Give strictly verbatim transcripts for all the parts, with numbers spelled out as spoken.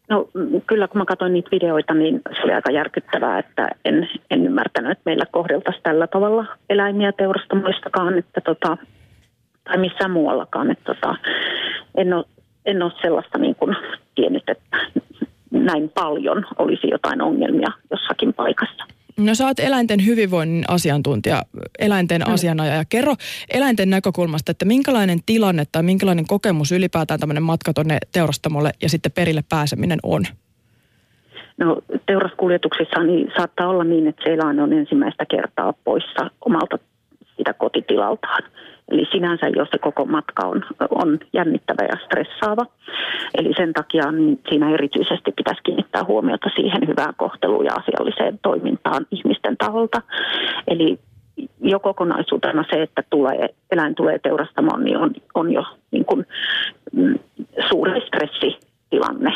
No kyllä, kun mä katsoin niitä videoita, niin se oli aika järkyttävää, että en, en ymmärtänyt, että meillä kohdeltaisiin tällä tavalla eläimiä teurastamoistakaan, että tota, tai missään muuallakaan. Että tota, en ole, en ole sellaista niin kuin tiennyt, että näin paljon olisi jotain ongelmia jossakin paikassa. No sä oot eläinten hyvinvoinnin asiantuntija, eläinten mm. asianajaja. Kerro eläinten näkökulmasta, että minkälainen tilanne tai minkälainen kokemus ylipäätään tämmöinen matka tuonne teurastamolle ja sitten perille pääseminen on? No teuraskuljetuksissa niin saattaa olla niin, että se eläin on ensimmäistä kertaa poissa omalta sitä kotitilaltaan. Eli sinänsä jo se koko matka on, on jännittävä ja stressaava. Eli sen takia niin siinä erityisesti pitäisi kiinnittää huomiota siihen hyvään kohteluun ja asialliseen toimintaan ihmisten taholta. Eli jo kokonaisuutena se, että tulee, eläin tulee teurastamaan, niin on, on jo niin kuin, mm, suuri stressitilanne.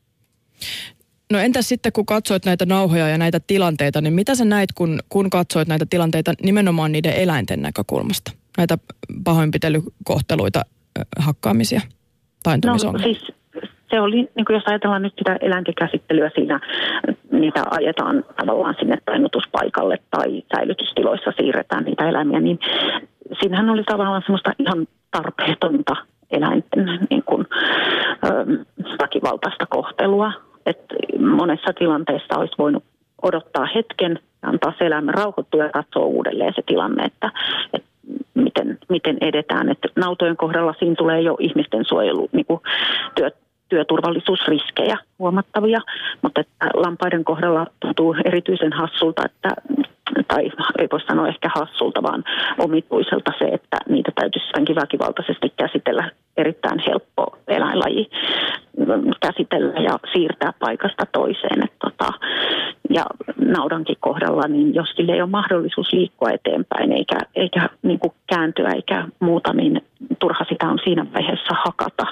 No entäs sitten, kun katsoit näitä nauhoja ja näitä tilanteita, niin mitä sä näit, kun, kun katsoit näitä tilanteita nimenomaan niiden eläinten näkökulmasta? Näitä pahoinpitelykohteluita, hakkaamisia, taintumisongelmia? No siis se oli, niin kuin jos ajatellaan nyt sitä eläinten käsittelyä siinä, niitä ajetaan tavallaan sinne tainnutuspaikalle tai säilytystiloissa siirretään niitä eläimiä, niin siinähän oli tavallaan semmoista ihan tarpeetonta eläinten niin kuin, ö, väkivaltaista kohtelua. Että monessa tilanteessa olisi voinut odottaa hetken ja antaa se eläimen rauhoittua ja katsoa uudelleen se tilanne, että, että miten, miten edetään. Että nautojen kohdalla siinä tulee jo ihmisten suojelu, niin kuin työ, työturvallisuusriskejä huomattavia, mutta että lampaiden kohdalla tuntuu erityisen hassulta, että, tai ei voi sanoa ehkä hassulta, vaan omituiselta se, että niitä täytyisi jotenkin väkivaltaisesti käsitellä. Erittäin helppo eläinlaji käsitellä ja siirtää paikasta toiseen. Et tota, ja naudankin kohdalla, niin jos sille ei ole mahdollisuus liikkua eteenpäin eikä, eikä niin kuin kääntyä eikä muuta, niin turha sitä on siinä vaiheessa hakata.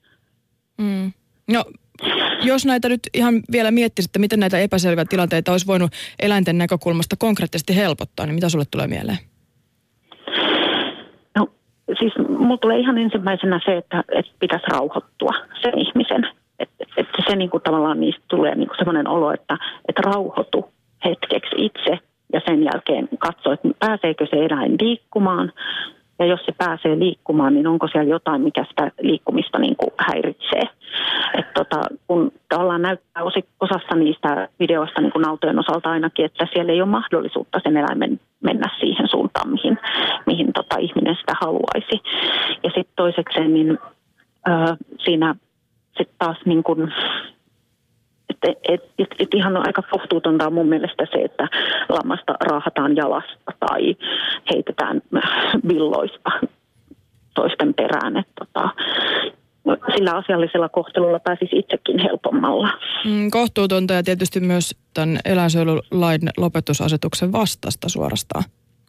Mm. No, jos näitä nyt ihan vielä miettisitte, miten näitä epäselviä tilanteita olisi voinut eläinten näkökulmasta konkreettisesti helpottaa, niin mitä sulle tulee mieleen? No, siis mulla tulee ihan ensimmäisenä se, että, että pitäisi rauhoittua sen ihmisen. Että, että se niin kuin tavallaan niistä tulee niin kuin semmoinen olo, että, että rauhoitu hetkeksi itse ja sen jälkeen katso, että pääseekö se eläin liikkumaan. Ja jos se pääsee liikkumaan, niin onko siellä jotain, mikä sitä liikkumista niin kuin häiritsee. Että tota, kun tavallaan näyttää osassa niistä videoista niin kuin nautojen osalta ainakin, että siellä ei ole mahdollisuutta sen eläimen mennä siihen suuntaan, mihin, mihin tota ihminen sitä haluaisi. Ja sitten toisekseen, niin ö, siinä sitten taas niin kuin Että et, et, et ihan aika kohtuutonta on mun mielestä se, että lammasta raahataan jalasta tai heitetään villoista toisten perään. Et tota, sillä asiallisella kohtelulla pääsisi itsekin helpommalla. Mm, kohtuutonta ja tietysti myös tämän eläinsuojelulain lopetusasetuksen vastasta suorastaan.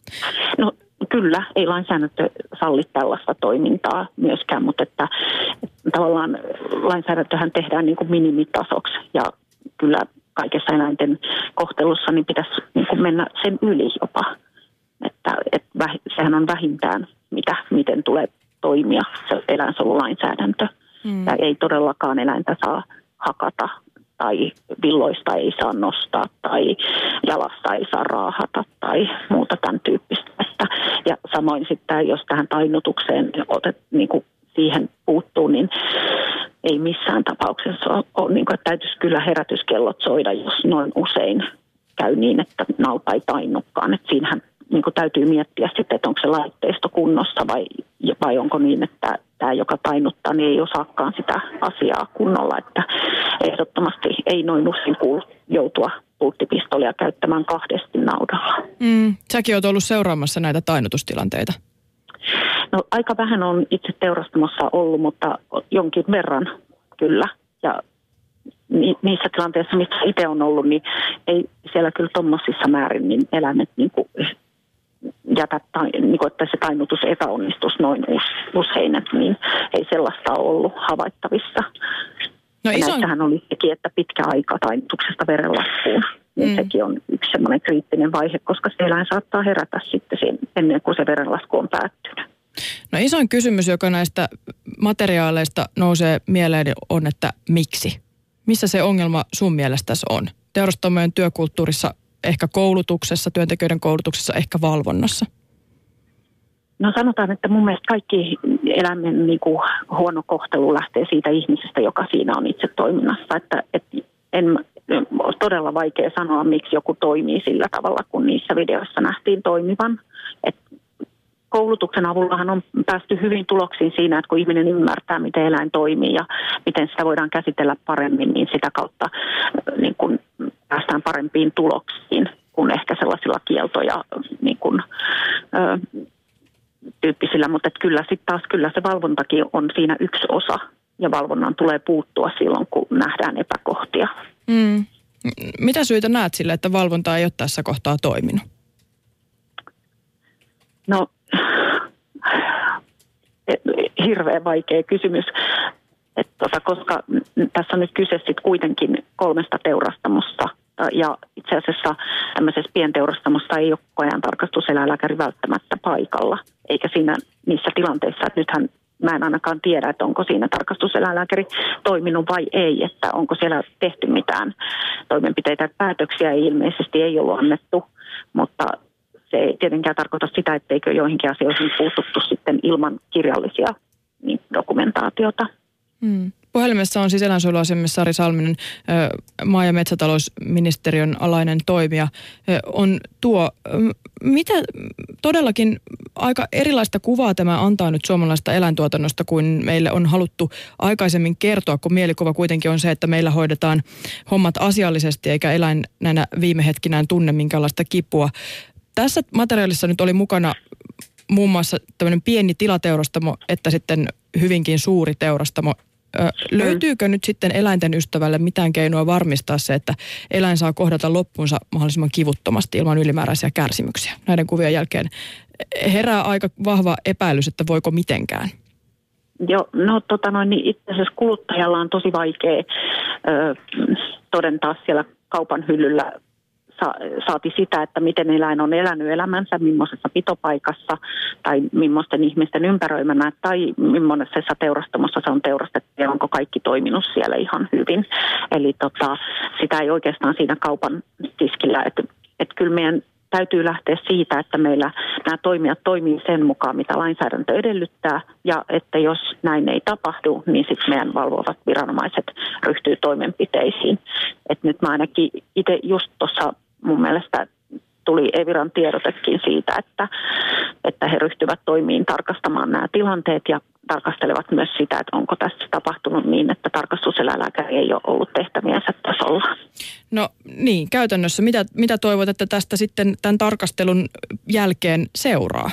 No kyllä, ei lainsäädäntö salli tällaista toimintaa myöskään, mutta että, että tavallaan lainsäädäntöhän tehdään niin kuin minimitasoksi ja kyllä kaikessa eläinten kohtelussa niin pitäisi niin kuin mennä sen yli jopa. Että, että väh, sehän on vähintään, mitä, miten tulee toimia se eläinsuojelulainsäädäntö. Hmm. Ja ei todellakaan eläintä saa hakata tai villoista ei saa nostaa tai jalasta ei saa raahata tai muuta tämän tyyppistä. Ja samoin sitten, jos tähän tainnutukseen otet, niin kuin siihen puuttuu, niin ei missään tapauksessa ole, ole niin kuin, että täytyisi kyllä herätyskellot soida, jos noin usein käy niin, että nauta ei tainnukaan. Että siinähän niin kuin täytyy miettiä sitten, että onko se laitteisto kunnossa vai, vai onko niin, että tämä, joka tainnuttaa, niin ei osaakaan sitä asiaa kunnolla. Että ehdottomasti ei noin usein kuulu joutua pulttipistolia käyttämään kahdesti naudalla. Mm, säkin olet ollut seuraamassa näitä tainnutustilanteita. No aika vähän on itse teurastamossa ollut, mutta jonkin verran kyllä. Ja ni, niissä tilanteissa, missä itse on ollut, niin ei siellä kyllä tuommoisissa määrin niin eläimet niin kuin jätä, niin kuin, että se tainnutus epäonnistuisi noin usein, että niin ei sellaista ole ollut havaittavissa. No iso... Näissähän oli sekin, että pitkä aika tainnutuksesta verenlaskuun. Niin mm. sekin on yksi semmoinen kriittinen vaihe, koska se eläin saattaa herätä sitten siinä, ennen kuin se verenlasku on päättynyt. No isoin kysymys, joka näistä materiaaleista nousee mieleen, on, että miksi? Missä se ongelma sun mielestäsi on? Teurastamojen työkulttuurissa, ehkä koulutuksessa, työntekijöiden koulutuksessa, ehkä valvonnassa? No sanotaan, että mun mielestä kaikki eläimen niin kuin huono kohtelu lähtee siitä ihmisestä, joka siinä on itse toiminnassa. Että, että en, on todella vaikea sanoa, miksi joku toimii sillä tavalla, kun niissä videoissa nähtiin toimivan. Et koulutuksen avullahan on päästy hyvin tuloksiin siinä, että kun ihminen ymmärtää, miten eläin toimii ja miten sitä voidaan käsitellä paremmin, niin sitä kautta niin kun päästään parempiin tuloksiin kuin ehkä sellaisilla kieltoja niin kun, ö, tyyppisillä. Mutta kyllä sitten taas kyllä se valvontakin on siinä yksi osa ja valvonnan tulee puuttua silloin, kun nähdään epäkohtia. Mm. Mitä syitä näet sille, että valvonta ei ole tässä kohtaa toiminut? No, hirveän vaikea kysymys, että tota, koska tässä on nyt kyse sitten kuitenkin kolmesta teurastamosta ja itse asiassa tämmöisessä pienteurastamossa ei ole koko ajan tarkastuseläinlääkäri välttämättä paikalla, eikä siinä niissä tilanteissa, että nythän mä en ainakaan tiedä, että onko siinä tarkastuseläinlääkäri toiminut vai ei, että onko siellä tehty mitään toimenpiteitä. Päätöksiä ei ilmeisesti ei ollut annettu, mutta se ei tietenkään tarkoita sitä, etteikö joihinkin asioihin puututtu sitten ilman kirjallisia niin, dokumentaatiota. Hmm. Puhelimessa on siis eläinsuojeluasiamies Sari Salminen, maa- ja metsätalousministeriön alainen toimija, on tuo. Mitä todellakin aika erilaista kuvaa tämä antaa nyt suomalaisesta eläintuotannosta kuin meille on haluttu aikaisemmin kertoa, kun mielikuva kuitenkin on se, että meillä hoidetaan hommat asiallisesti eikä eläin näinä viime hetkinään tunne minkäänlaista kipua. Tässä materiaalissa nyt oli mukana muun muassa tämmöinen pieni tilateurastamo, että sitten hyvinkin suuri teurastamo. Ö, löytyykö nyt sitten eläinten ystävälle mitään keinoa varmistaa se, että eläin saa kohdata loppuunsa mahdollisimman kivuttomasti ilman ylimääräisiä kärsimyksiä? Näiden kuvien jälkeen herää aika vahva epäilys, että voiko mitenkään. Joo, no tota noin, niin itse asiassa kuluttajalla on tosi vaikea ö, todentaa siellä kaupan hyllyllä saati sitä, että miten eläin on elänyt elämänsä, millaisessa pitopaikassa tai millaisten ihmisten ympäröimänä tai millaisessa teurastamossa se on teurastettu ja onko kaikki toiminut siellä ihan hyvin. Eli tota, sitä ei oikeastaan siinä kaupan tiskillä, että et kyllä meidän täytyy lähteä siitä, että meillä nämä toimijat toimii sen mukaan, mitä lainsäädäntö edellyttää, ja että jos näin ei tapahdu, niin sitten meidän valvovat viranomaiset ryhtyy toimenpiteisiin. Et nyt mä ainakin itse just tuossa mun mielestä tuli Eviran tiedotekin siitä, että, että he ryhtyvät toimiin tarkastamaan nämä tilanteet ja tarkastelevat myös sitä, että onko tässä tapahtunut niin, että tarkastuseläinlääkäri ei ole ollut tehtäviensä tasolla. No niin, käytännössä mitä, mitä toivot, että tästä sitten tämän tarkastelun jälkeen seuraa?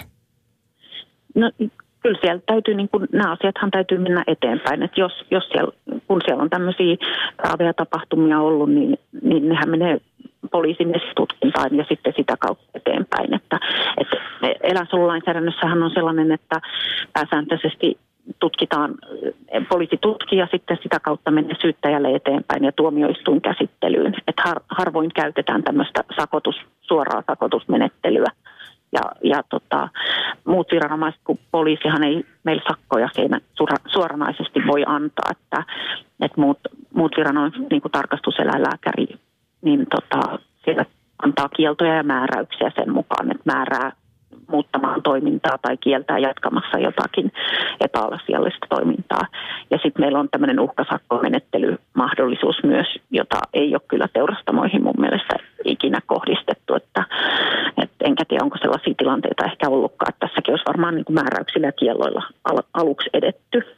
No kyllä siellä täytyy, niin kuin, nämä asiathan täytyy mennä eteenpäin, että jos, jos siellä, kun siellä on tämmöisiä raaveja tapahtumia ollut, niin, niin nehän menee poliisin tutkintaan ja sitten sitä kautta eteenpäin. Että, että eläinsuojelulainsäädännössähän on sellainen, että pääsääntöisesti tutkitaan, poliisi tutkii ja sitten sitä kautta menee syyttäjälle eteenpäin ja tuomioistuin käsittelyyn. Että har, harvoin käytetään tämmöistä sakotus, suoraa sakotusmenettelyä. Ja, ja tota, muut viranomaiset, kun poliisihan ei meillä sakkoja siinä suoranaisesti voi antaa, että, että muut, muut viranomaiset, niin kuin tarkastuseläinlääkäri, niin tota, siellä antaa kieltoja ja määräyksiä sen mukaan, että määrää muuttamaan toimintaa tai kieltää jatkamassa jotakin epäasiallista toimintaa. Ja sitten meillä on tämmöinen uhkasakkomenettelymahdollisuus myös, jota ei ole kyllä teurastamoihin mun mielestä ikinä kohdistettu. Että, et enkä tiedä, onko sellaisia tilanteita ehkä ollutkaan, että tässäkin olisi varmaan niin kuin määräyksillä ja kielloilla al- aluksi edetty.